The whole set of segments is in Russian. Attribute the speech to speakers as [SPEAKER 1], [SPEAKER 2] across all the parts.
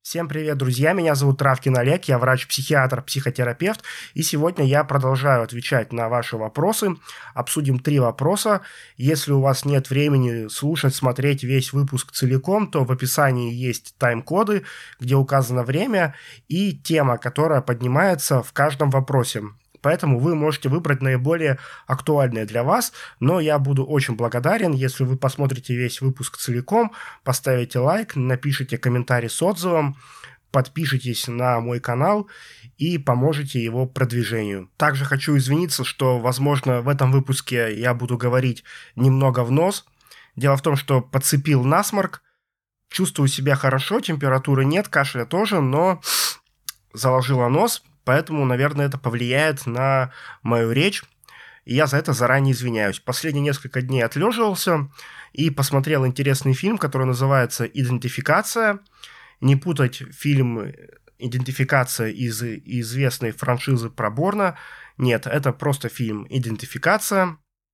[SPEAKER 1] Всем привет, друзья! Меня зовут Травкин Олег, я врач-психиатр, психотерапевт, и сегодня я продолжаю отвечать на ваши вопросы. Обсудим 3 вопроса. Если у вас нет времени слушать, смотреть весь выпуск целиком, то в описании есть тайм-коды, где указано время и тема, которая поднимается в каждом вопросе. Поэтому вы можете выбрать наиболее актуальное для вас, но я буду очень благодарен, если вы посмотрите весь выпуск целиком, поставите лайк, напишите комментарий с отзывом, подпишитесь на мой канал и поможете его продвижению. Также хочу извиниться, что, возможно, в этом выпуске я буду говорить немного в нос. Дело в том, что подцепил насморк, чувствую себя хорошо, температуры нет, кашля тоже, но заложила нос. Поэтому, наверное, это повлияет на мою речь, и я за это заранее извиняюсь. Последние несколько дней отлеживался и посмотрел интересный фильм, который называется «Идентификация». Не путать фильм «Идентификация» из известной франшизы про Борна. Нет, это просто фильм «Идентификация».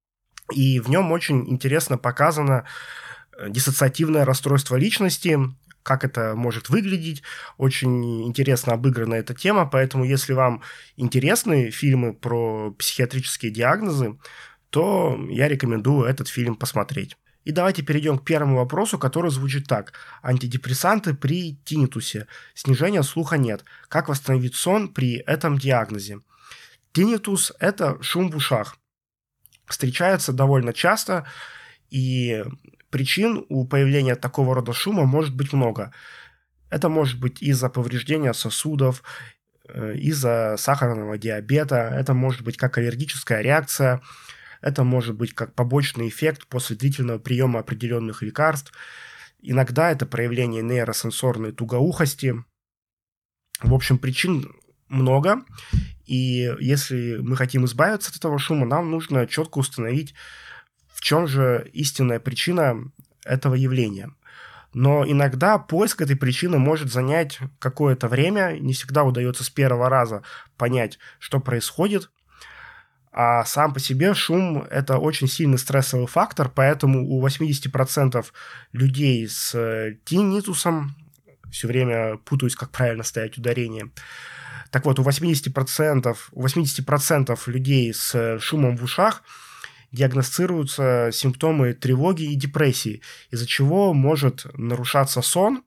[SPEAKER 1] И в нем очень интересно показано диссоциативное расстройство личности, как это может выглядеть. Очень интересно обыграна эта тема, поэтому если вам интересны фильмы про психиатрические диагнозы, то я рекомендую этот фильм посмотреть. И давайте перейдем к первому вопросу, который звучит так. Антидепрессанты при тиннитусе. Снижения слуха нет. Как восстановить сон при этом диагнозе? Тиннитус – это шум в ушах. Встречается довольно часто, и причин у появления такого рода шума может быть много. Это может быть из-за повреждения сосудов, из-за сахарного диабета, это может быть как аллергическая реакция, это может быть как побочный эффект после длительного приема определенных лекарств. Иногда это проявление нейросенсорной тугоухости. В общем, причин много, и если мы хотим избавиться от этого шума, нам нужно четко установить, в чем же истинная причина этого явления. Но иногда поиск этой причины может занять какое-то время, не всегда удается с первого раза понять, что происходит. А сам по себе шум – это очень сильный стрессовый фактор, поэтому у 80% людей с тиннитусом, все время путаюсь, как правильно ставить ударение, так вот, у 80% людей с шумом в ушах диагностируются симптомы тревоги и депрессии, из-за чего может нарушаться сон,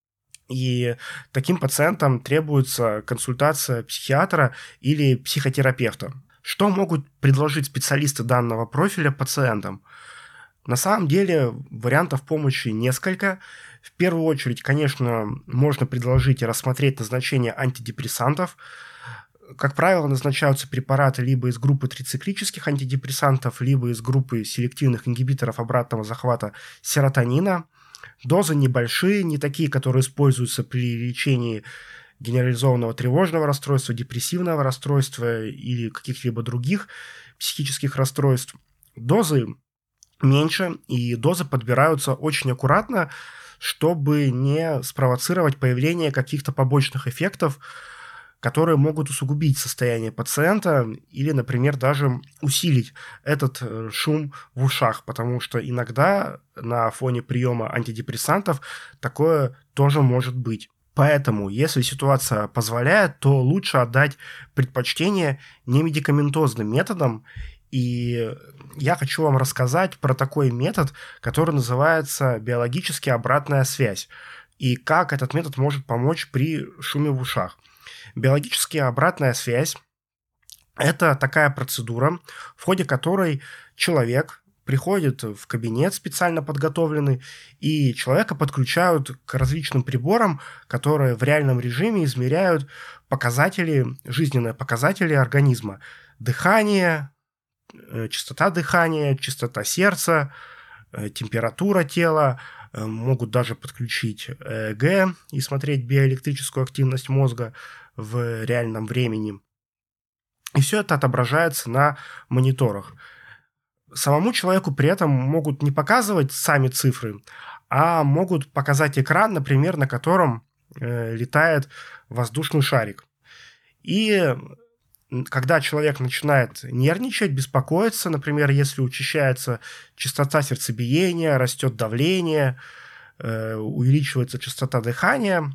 [SPEAKER 1] и таким пациентам требуется консультация психиатра или психотерапевта. Что могут предложить специалисты данного профиля пациентам? На самом деле вариантов помощи несколько. В первую очередь, конечно, можно предложить и рассмотреть назначение антидепрессантов. Как правило, назначаются препараты либо из группы трициклических антидепрессантов, либо из группы селективных ингибиторов обратного захвата серотонина. Дозы небольшие, не такие, которые используются при лечении генерализованного тревожного расстройства, депрессивного расстройства или каких-либо других психических расстройств. Дозы меньше, и дозы подбираются очень аккуратно, чтобы не спровоцировать появление каких-то побочных эффектов, которые могут усугубить состояние пациента или, например, даже усилить этот шум в ушах, потому что иногда на фоне приема антидепрессантов такое тоже может быть. Поэтому, если ситуация позволяет, то лучше отдать предпочтение немедикаментозным методам. И я хочу вам рассказать про такой метод, который называется биологически обратная связь, и как этот метод может помочь при шуме в ушах. Биологически обратная связь – это такая процедура, в ходе которой человек приходит в кабинет специально подготовленный, и человека подключают к различным приборам, которые в реальном режиме измеряют показатели, жизненные показатели организма. Дыхание, частота дыхания, частота сердца, температура тела, могут даже подключить ЭЭГ и смотреть биоэлектрическую активность мозга в реальном времени. И все это отображается на мониторах. Самому человеку при этом могут не показывать сами цифры, а могут показать экран, например, на котором летает воздушный шарик. И когда человек начинает нервничать, беспокоиться, например, если учащается частота сердцебиения, растет давление, увеличивается частота дыхания,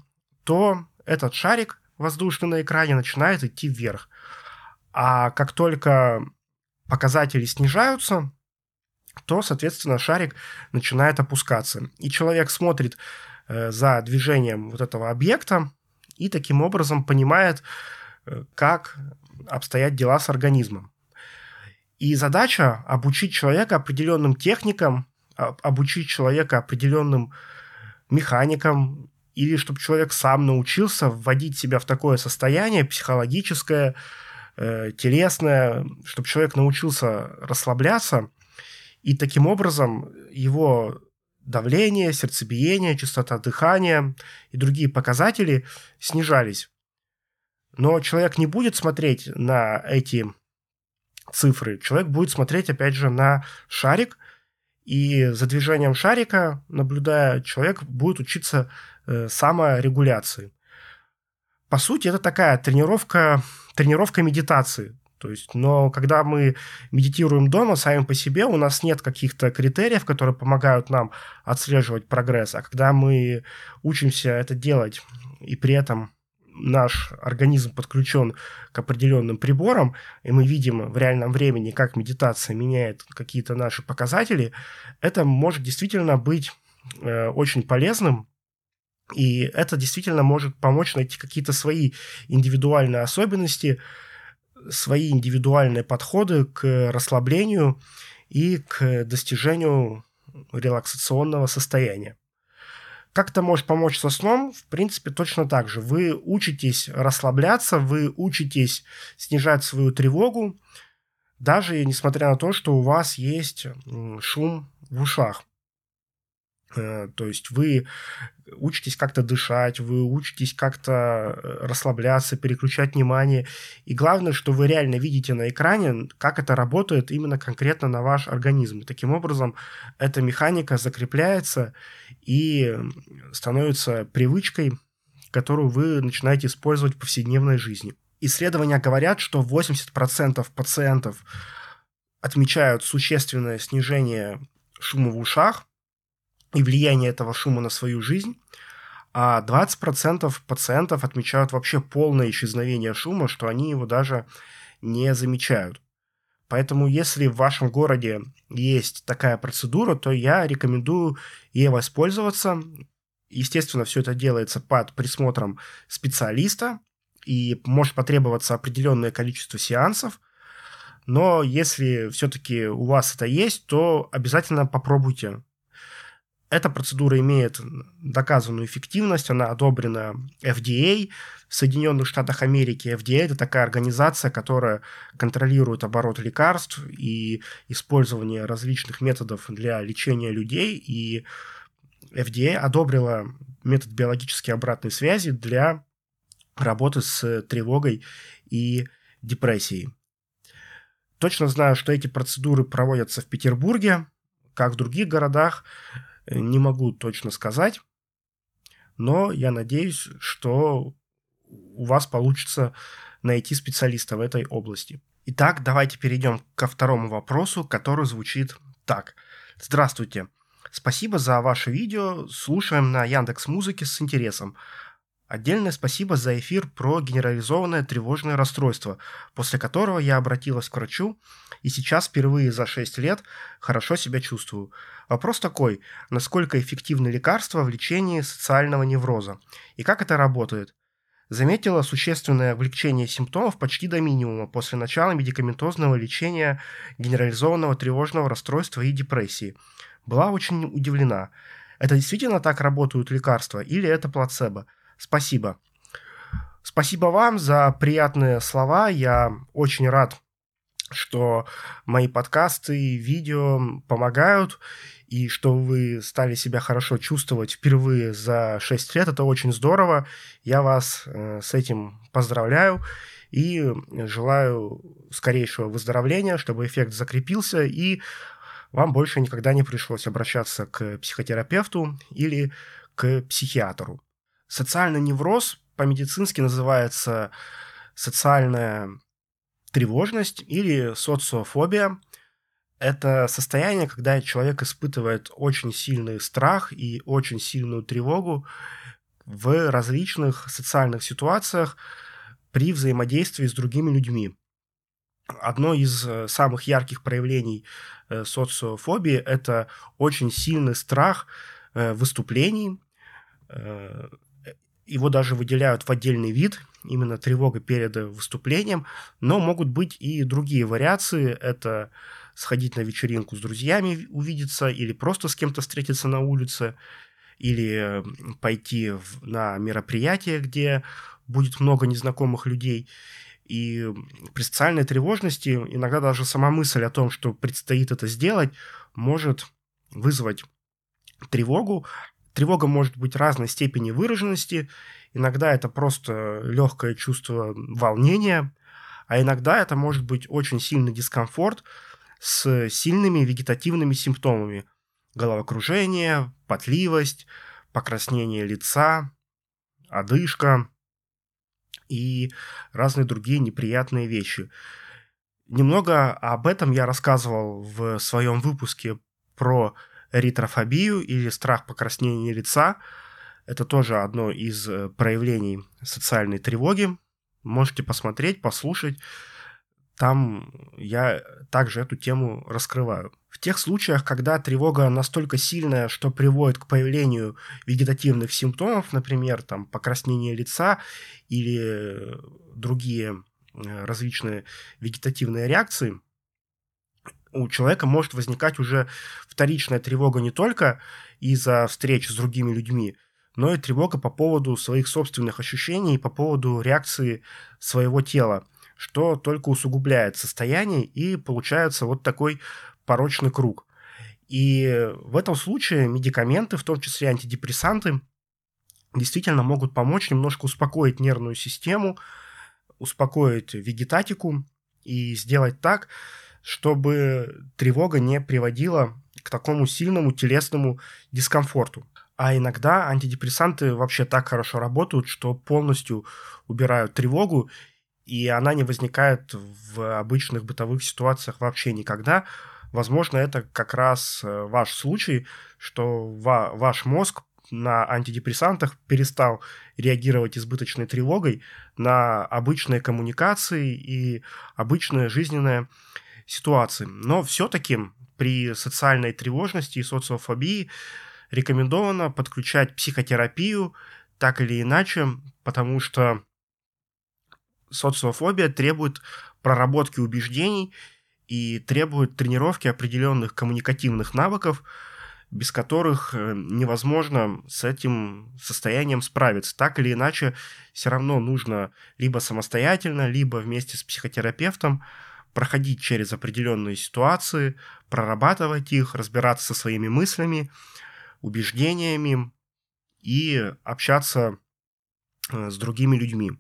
[SPEAKER 1] то этот шарик воздушный на экране начинает идти вверх. А как только показатели снижаются, то, соответственно, шарик начинает опускаться. И человек смотрит за движением вот этого объекта и таким образом понимает, как обстоят дела с организмом. И задача обучить человека определенным техникам, обучить человека определенным механикам, или чтобы человек сам научился вводить себя в такое состояние психологическое, телесное, чтобы человек научился расслабляться, и таким образом его давление, сердцебиение, частота дыхания и другие показатели снижались. Но человек не будет смотреть на эти цифры. Человек будет смотреть, опять же, на шарик, и за движением шарика, наблюдая, человек будет учиться саморегуляции. По сути, это такая тренировка медитации. То есть, но когда мы медитируем дома сами по себе, у нас нет каких-то критериев, которые помогают нам отслеживать прогресс. А когда мы учимся это делать, и при этом наш организм подключен к определенным приборам, и мы видим в реальном времени, как медитация меняет какие-то наши показатели, это может действительно быть очень полезным, и это действительно может помочь найти какие-то свои индивидуальные особенности, свои индивидуальные подходы к расслаблению и к достижению релаксационного состояния. Как это может помочь со сном? В принципе, точно так же. Вы учитесь расслабляться, вы учитесь снижать свою тревогу, даже несмотря на то, что у вас есть шум в ушах. То есть вы учитесь как-то дышать, вы учитесь как-то расслабляться, переключать внимание. И главное, что вы реально видите на экране, как это работает именно конкретно на ваш организм. И таким образом эта механика закрепляется и становится привычкой, которую вы начинаете использовать в повседневной жизни. Исследования говорят, что 80% пациентов отмечают существенное снижение шума в ушах и влияние этого шума на свою жизнь, а 20% пациентов отмечают вообще полное исчезновение шума, что они его даже не замечают. Поэтому, если в вашем городе есть такая процедура, то я рекомендую ей воспользоваться. Естественно, все это делается под присмотром специалиста, и может потребоваться определенное количество сеансов. Но если все-таки у вас это есть, то обязательно попробуйте. Эта процедура имеет доказанную эффективность, она одобрена FDA в Соединенных Штатах Америки. FDA – это такая организация, которая контролирует оборот лекарств и использование различных методов для лечения людей. И FDA одобрила метод биологической обратной связи для работы с тревогой и депрессией. Точно знаю, что эти процедуры проводятся в Петербурге, как в других городах. Не могу точно сказать, но я надеюсь, что у вас получится найти специалиста в этой области. Итак, давайте перейдем ко второму вопросу, который звучит так. Здравствуйте. Спасибо за ваше видео. Слушаем на Яндекс.Музыке с интересом. Отдельное спасибо за эфир про генерализованное тревожное расстройство, после которого я обратилась к врачу, и сейчас впервые за 6 лет хорошо себя чувствую. Вопрос такой, насколько эффективны лекарства в лечении социального невроза, и как это работает? Заметила существенное облегчение симптомов почти до минимума после начала медикаментозного лечения генерализованного тревожного расстройства и депрессии. Была очень удивлена. Это действительно так работают лекарства или это плацебо? Спасибо. Спасибо вам за приятные слова. Я очень рад, что мои подкасты и видео помогают, и что вы стали себя хорошо чувствовать впервые за 6 лет. Это очень здорово. Я вас с этим поздравляю и желаю скорейшего выздоровления, чтобы эффект закрепился, и вам больше никогда не пришлось обращаться к психотерапевту или к психиатру. Социальный невроз по-медицински называется социальная тревожность или социофобия. Это состояние, когда человек испытывает очень сильный страх и очень сильную тревогу, в различных социальных ситуациях при взаимодействии с другими людьми. Одно из самых ярких проявлений социофобии – это очень сильный страх выступлений. Его даже выделяют в отдельный вид, именно тревога перед выступлением, но могут быть и другие вариации. Это сходить на вечеринку с друзьями, увидеться, или просто с кем-то встретиться на улице, или пойти на мероприятие, где будет много незнакомых людей. И при социальной тревожности иногда даже сама мысль о том, что предстоит это сделать, может вызвать тревогу. Тревога может быть разной степени выраженности. Иногда это просто легкое чувство волнения, а иногда это может быть очень сильный дискомфорт с сильными вегетативными симптомами. Головокружение, потливость, покраснение лица, одышка и разные другие неприятные вещи. Немного об этом я рассказывал в своем выпуске про эритрофобию или страх покраснения лица. Это тоже одно из проявлений социальной тревоги. Можете посмотреть, послушать. Там я также эту тему раскрываю. В тех случаях, когда тревога настолько сильная, что приводит к появлению вегетативных симптомов, например, там, покраснение лица или другие различные вегетативные реакции, у человека может возникать уже вторичная тревога не только из-за встреч с другими людьми, но и тревога по поводу своих собственных ощущений, по поводу реакции своего тела, что только усугубляет состояние, и получается вот такой порочный круг. И в этом случае медикаменты, в том числе антидепрессанты, действительно могут помочь немножко успокоить нервную систему, успокоить вегетатику и сделать так, чтобы тревога не приводила к такому сильному телесному дискомфорту. А иногда антидепрессанты вообще так хорошо работают, что полностью убирают тревогу, и она не возникает в обычных бытовых ситуациях вообще никогда. Возможно, это как раз ваш случай, что ваш мозг на антидепрессантах перестал реагировать избыточной тревогой на обычные коммуникации и обычные жизненные ситуации. Но все-таки при социальной тревожности и социофобии рекомендовано подключать психотерапию так или иначе, потому что социофобия требует проработки убеждений и требует тренировки определенных коммуникативных навыков, без которых невозможно с этим состоянием справиться. Так или иначе, все равно нужно либо самостоятельно, либо вместе с психотерапевтом проходить через определенные ситуации, прорабатывать их, разбираться со своими мыслями, убеждениями и общаться с другими людьми.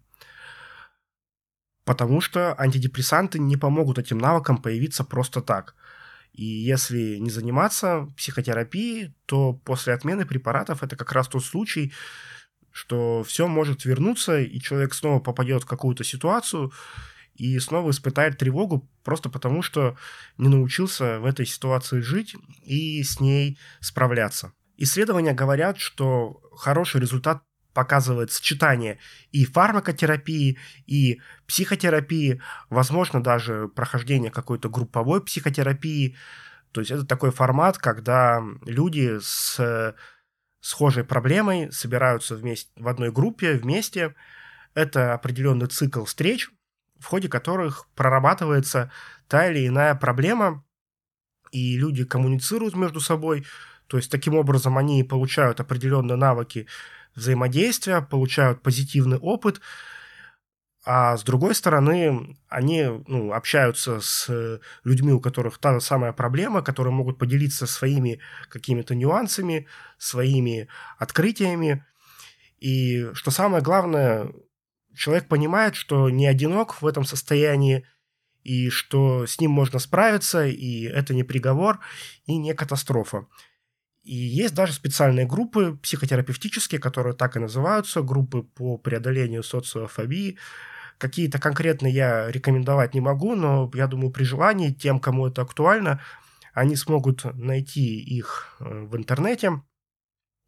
[SPEAKER 1] Потому что антидепрессанты не помогут этим навыкам появиться просто так. И если не заниматься психотерапией, то после отмены препаратов это как раз тот случай, что все может вернуться, и человек снова попадет в какую-то ситуацию и снова испытает тревогу просто потому, что не научился в этой ситуации жить и с ней справляться. Исследования говорят, что хороший результат показывает сочетание и фармакотерапии, и психотерапии, возможно, даже прохождение какой-то групповой психотерапии. То есть это такой формат, когда люди с схожей проблемой собираются вместе в одной группе вместе. Это определенный цикл встреч, в ходе которых прорабатывается та или иная проблема, и люди коммуницируют между собой. То есть таким образом они получают определенные навыки взаимодействия, получают позитивный опыт, а с другой стороны, они общаются с людьми, у которых та же самая проблема, которые могут поделиться своими какими-то нюансами, своими открытиями. И что самое главное, человек понимает, что не одинок в этом состоянии, и что с ним можно справиться, и это не приговор, и не катастрофа. И есть даже специальные группы психотерапевтические, которые так и называются, группы по преодолению социофобии. Какие-то конкретно я рекомендовать не могу, но я думаю, при желании тем, кому это актуально, они смогут найти их в интернете.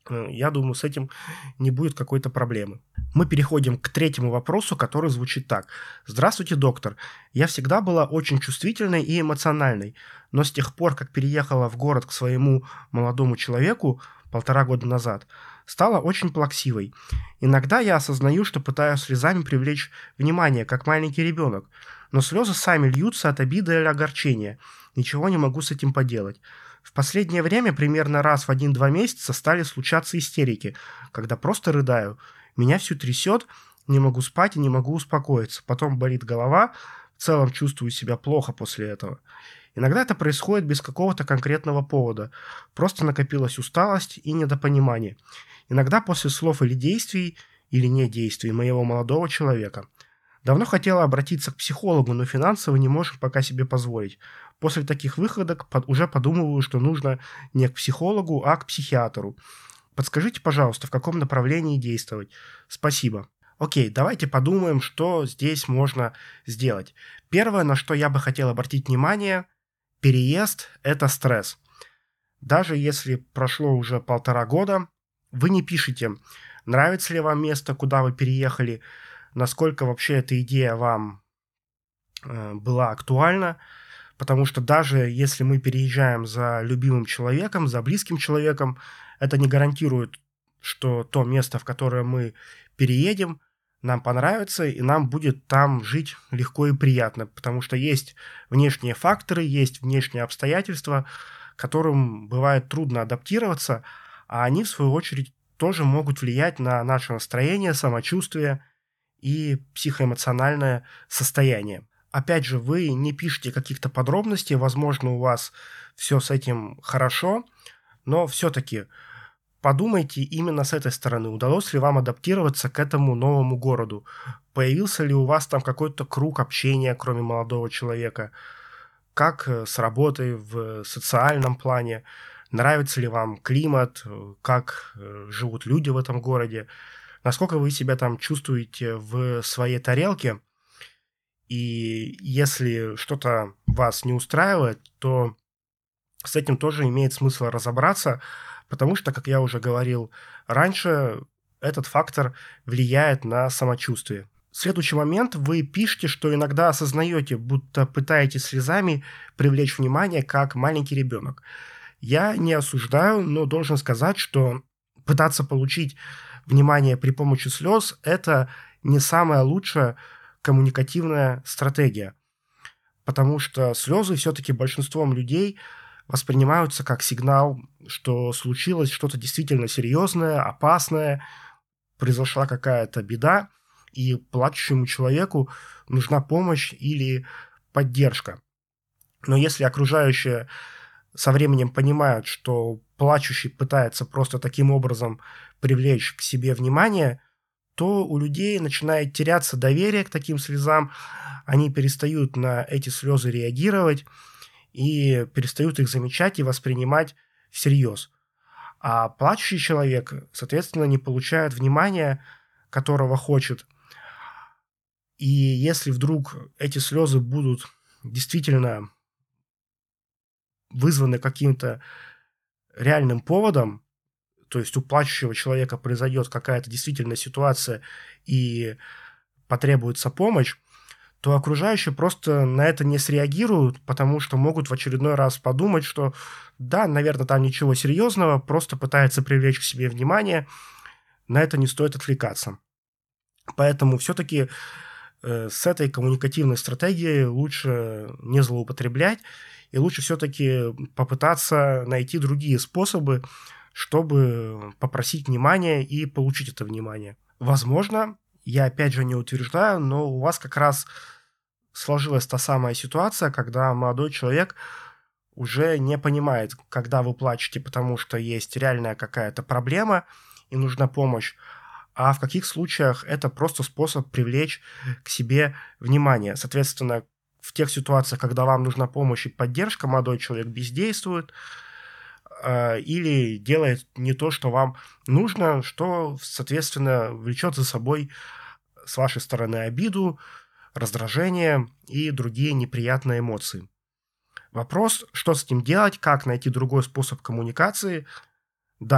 [SPEAKER 1] Я думаю, с этим не будет какой-то проблемы. Мы переходим к третьему вопросу, который звучит так. Здравствуйте, доктор. Я всегда была очень чувствительной и эмоциональной, но с тех пор, как переехала в город к своему молодому человеку 1,5 года назад, стала очень плаксивой. Иногда я осознаю, что пытаюсь слезами привлечь внимание, как маленький ребенок, но слезы сами льются от обиды или огорчения. Ничего не могу с этим поделать. В последнее время примерно раз в 1-2 месяца стали случаться истерики, когда просто рыдаю. Меня всю трясет, не могу спать и не могу успокоиться. Потом болит голова, в целом чувствую себя плохо после этого. Иногда это происходит без какого-то конкретного повода. Просто накопилась усталость и недопонимание. Иногда после слов или действий, или не действий моего молодого человека. Давно хотела обратиться к психологу, но финансово не можем пока себе позволить. После таких выходок уже подумываю, что нужно не к психологу, а к психиатру. Подскажите, пожалуйста, в каком направлении действовать? Спасибо. Окей, давайте подумаем, что здесь можно сделать. Первое, на что я бы хотел обратить внимание, переезд – это стресс. Даже если прошло уже 1,5 года, вы не пишете, нравится ли вам место, куда вы переехали, насколько вообще эта идея вам была актуальна, потому что даже если мы переезжаем за любимым человеком, за близким человеком, это не гарантирует, что то место, в которое мы переедем, нам понравится, и нам будет там жить легко и приятно, потому что есть внешние факторы, есть внешние обстоятельства, которым бывает трудно адаптироваться, а они, в свою очередь, тоже могут влиять на наше настроение, самочувствие и психоэмоциональное состояние. Опять же, вы не пишете каких-то подробностей, возможно, у вас все с этим хорошо, но все-таки подумайте именно с этой стороны, удалось ли вам адаптироваться к этому новому городу, появился ли у вас там какой-то круг общения, кроме молодого человека, как с работой в социальном плане, нравится ли вам климат, как живут люди в этом городе, насколько вы себя там чувствуете в своей тарелке. И если что-то вас не устраивает, то с этим тоже имеет смысл разобраться, потому что, как я уже говорил раньше, этот фактор влияет на самочувствие. Следующий момент. Вы пишете, что иногда осознаете, будто пытаетесь слезами привлечь внимание, как маленький ребенок. Я не осуждаю, но должен сказать, что пытаться получить внимание при помощи слез – это не самая лучшая коммуникативная стратегия, потому что слезы все-таки большинством людей воспринимаются как сигнал, что случилось что-то действительно серьезное, опасное, произошла какая-то беда, и плачущему человеку нужна помощь или поддержка. Но если окружающие со временем понимают, что плачущий пытается просто таким образом привлечь к себе внимание, то у людей начинает теряться доверие к таким слезам, они перестают на эти слезы реагировать и перестают их замечать и воспринимать всерьез. А плачущий человек, соответственно, не получает внимания, которого хочет. И если вдруг эти слезы будут действительно вызваны каким-то реальным поводом, то есть у плачущего человека произойдет какая-то действительно ситуация и потребуется помощь, то окружающие просто на это не среагируют, потому что могут в очередной раз подумать, что да, наверное, там ничего серьезного, просто пытается привлечь к себе внимание, на это не стоит отвлекаться. Поэтому все-таки с этой коммуникативной стратегией лучше не злоупотреблять, и лучше все-таки попытаться найти другие способы, чтобы попросить внимания и получить это внимание. Возможно, я опять же не утверждаю, но у вас как раз сложилась та самая ситуация, когда молодой человек уже не понимает, когда вы плачете, потому что есть реальная какая-то проблема и нужна помощь, а в каких случаях это просто способ привлечь к себе внимание. Соответственно, в тех ситуациях, когда вам нужна помощь и поддержка, молодой человек бездействует или делает не то, что вам нужно, что, соответственно, влечет за собой с вашей стороны обиду, раздражение и другие неприятные эмоции. Вопрос, что с этим делать, как найти другой способ коммуникации. Да,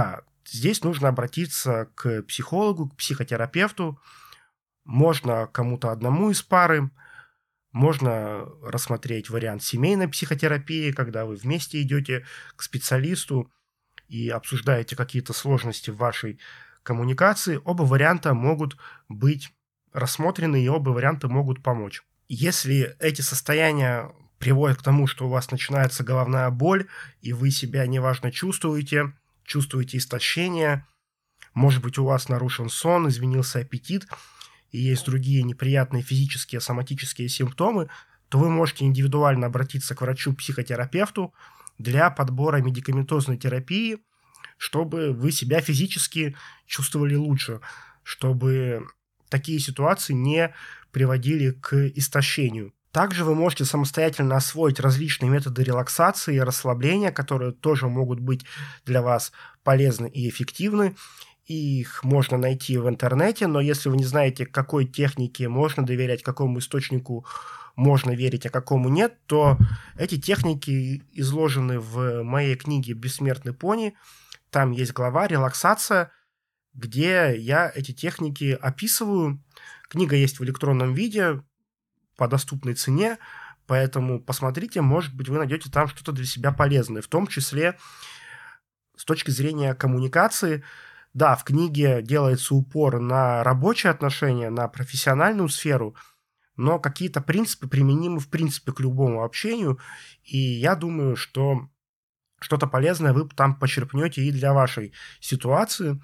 [SPEAKER 1] здесь нужно обратиться к психологу, к психотерапевту. Можно кому-то одному из пары, можно рассмотреть вариант семейной психотерапии, когда вы вместе идете к специалисту и обсуждаете какие-то сложности в вашей коммуникации. Оба варианта могут быть рассмотрены, и оба варианта могут помочь. Если эти состояния приводят к тому, что у вас начинается головная боль, и вы себя неважно чувствуете истощение, может быть, у вас нарушен сон, изменился аппетит, и есть другие неприятные физические, соматические симптомы, то вы можете индивидуально обратиться к врачу-психотерапевту для подбора медикаментозной терапии, чтобы вы себя физически чувствовали лучше, чтобы такие ситуации не приводили к истощению. Также вы можете самостоятельно освоить различные методы релаксации и расслабления, которые тоже могут быть для вас полезны и эффективны. Их можно найти в интернете, но если вы не знаете, какой технике можно доверять, какому источнику можно верить, а какому нет, то эти техники изложены в моей книге «Бессмертный пони». Там есть глава «Релаксация», где я эти техники описываю. Книга есть в электронном виде по доступной цене, поэтому посмотрите, может быть, вы найдете там что-то для себя полезное, в том числе с точки зрения коммуникации. Да, в книге делается упор на рабочие отношения, на профессиональную сферу, но какие-то принципы применимы в принципе к любому общению, и я думаю, что что-то полезное вы там почерпнете и для вашей ситуации.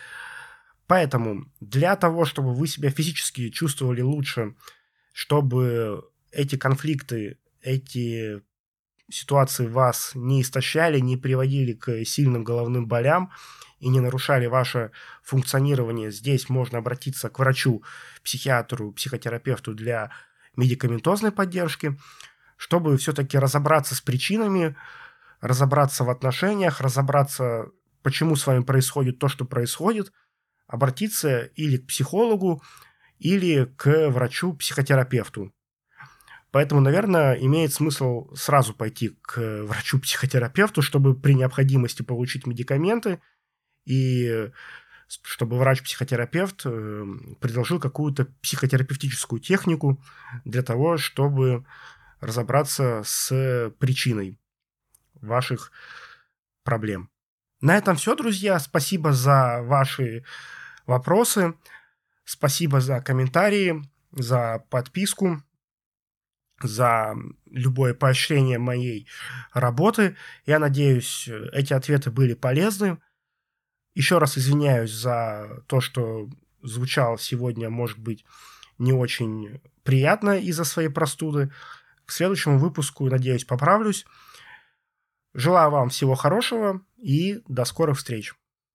[SPEAKER 1] Поэтому для того, чтобы вы себя физически чувствовали лучше, чтобы эти конфликты, эти ситуации вас не истощали, не приводили к сильным головным болям и не нарушали ваше функционирование, здесь можно обратиться к врачу, психиатру, психотерапевту для медикаментозной поддержки, чтобы все-таки разобраться с причинами, разобраться в отношениях, разобраться, почему с вами происходит то, что происходит, обратиться или к психологу, или к врачу-психотерапевту. Поэтому, наверное, имеет смысл сразу пойти к врачу-психотерапевту, чтобы при необходимости получить медикаменты, и чтобы врач-психотерапевт предложил какую-то психотерапевтическую технику для того, чтобы разобраться с причиной ваших проблем. На этом все, друзья. Спасибо за ваши вопросы. Спасибо за комментарии, за подписку, за любое поощрение моей работы. Я надеюсь, эти ответы были полезны. Еще раз извиняюсь за то, что звучало сегодня, может быть, не очень приятно из-за своей простуды. К следующему выпуску, надеюсь, поправлюсь. Желаю вам всего хорошего и до скорых встреч.